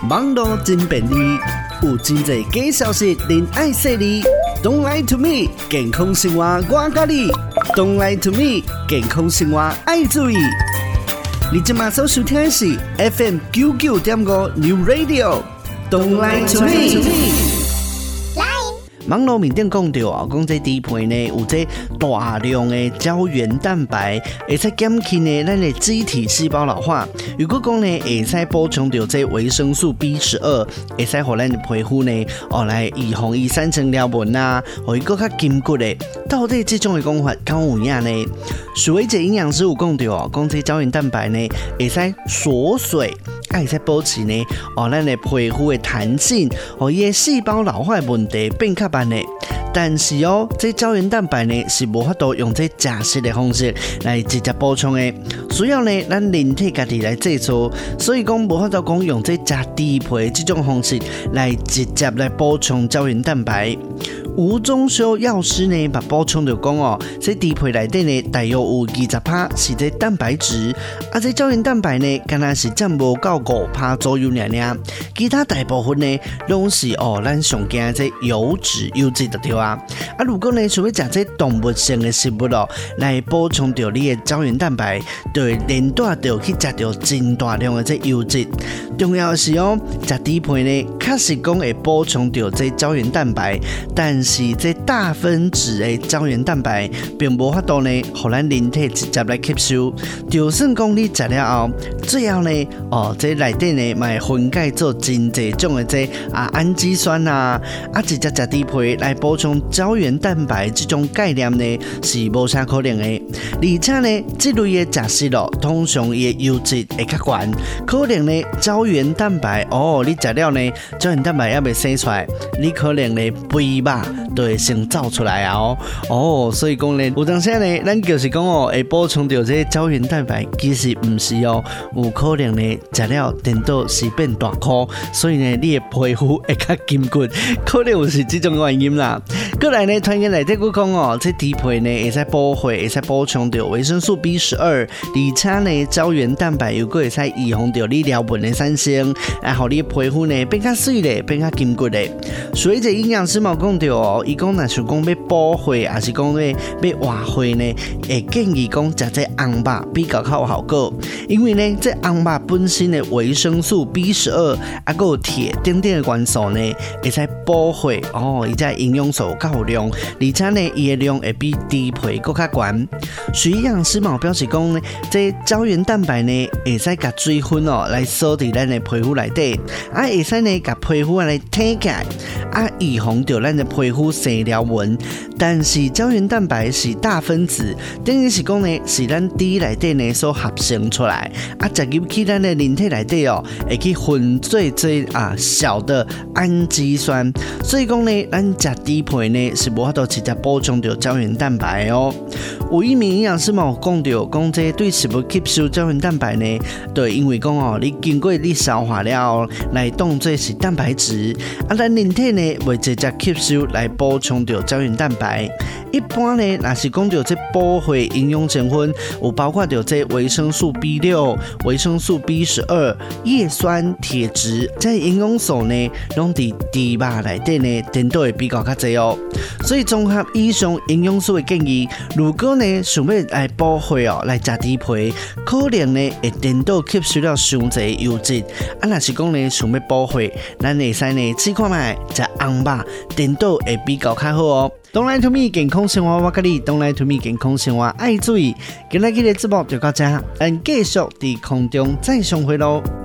网络真便利，有真侪假消息，您爱说哩。Don't lie to me， 健康生活我教你。Don't lie to me， 健康生活爱注意。你今麦所收听的是 FM 99.5 New Radio。Don't lie to me。网络面顶讲到啊，讲这低配呢有这大量的胶原蛋白，会使减轻呢咱的机体细胞老化。如果讲呢会使补充到这维生素 B12， 会使互咱的皮肤呢来预防伊产生条纹啊，互伊更较坚固的。到底这种的讲法敢有影呢？许维杰营养师有讲到哦，讲这胶原蛋白呢会使锁水。会使保持呢，咱的皮肤的弹性，伊的细胞老化的问题变较慢的。但是这胶原蛋白呢是无法度用这假食的方式来直接补充的，需要呢咱人体家己来制作，所以讲无法度讲用这加低配这种方式来直接来补充胶原蛋白。吴宗修药师呢，把补充就讲这低配内底呢，大约有20%是这蛋白质，这胶原蛋白呢，敢若是占无到5%左右尔，其他大部分呢，拢是咱上惊这油脂就对啊。如果呢，想要食这动物性的食物来补充到你的胶原蛋白，就会连带着去食到真大量的这油脂。重要的是食低配呢，确实讲会补充到这胶原蛋白，但是这大分子的胶原蛋白并无法度呢，互咱人体直接来吸收。就算讲你食了后，最后呢，这内底呢，嘛会分解做真侪种的这氨基酸啊，直接食低配来补充胶原蛋白这种概念呢，是无啥可能的。而且呢，这类的食食通常伊的油脂会较悬，可能呢胶原蛋白你食了呢，胶原蛋白还未生出来，你可能呢肥肉就会先走出来啊所以讲呢，有当时呢，咱就是讲会补充到这胶原蛋白，其实唔是有可能呢食了电到是变大颗，所以呢，你的皮肤会较坚固，可能有是这种原因啦。过来呢，团员内底佫讲这低配呢会使保护，会使补充到维生素 B12， 而且呢胶原蛋白又会使预防到你条纹的产生，互你的皮肤呢变较水咧，变较坚固咧。所以这营养师嘛讲到伊讲若是讲要保护，还是讲要活化呢，会建议讲食这红肉比较有效果，因为呢这红肉本身的维生素 B12， 还有铁等等的元素呢，会使保护伊在营养素够量，而且呢伊的量会比低配更较悬。许营养师嘛表示讲呢，这胶原蛋白呢会使甲水分来锁伫咱的皮肤内底，会使呢甲皮肤来挺起来，预防到咱的皮肤生条纹。但是胶原蛋白是大分子，等于是讲呢是咱体内底呢所合成出来，植入去咱的人体内底会去分做这小的氨基酸，所以讲呢，咱食低配呢是无法度直接补充到胶原蛋白有一名营养师嘛有讲到，讲这对食物吸收胶原蛋白呢，对，因为讲你经过你消化了来当做是蛋白质，咱人体呢会直接吸收来补充到胶原蛋白。一般呢，若是讲到这保护营养成分，有包括到这维生素 B6、维生素 B12、叶酸、铁质，这营养素呢，拢伫猪肉内底呢，电到会比较较侪所以综合以上营养素的建议，如果呢想要来保护来食低配，可能呢会电到吸收了伤侪油脂。若是讲呢想要保护，咱会使呢试看卖食红肉，电到会比较较好Don't lie to me， 健康生活我教你。Don't lie to me， 健康生活爱注意。今日的节目就到这，咱继续在空中再相会咯。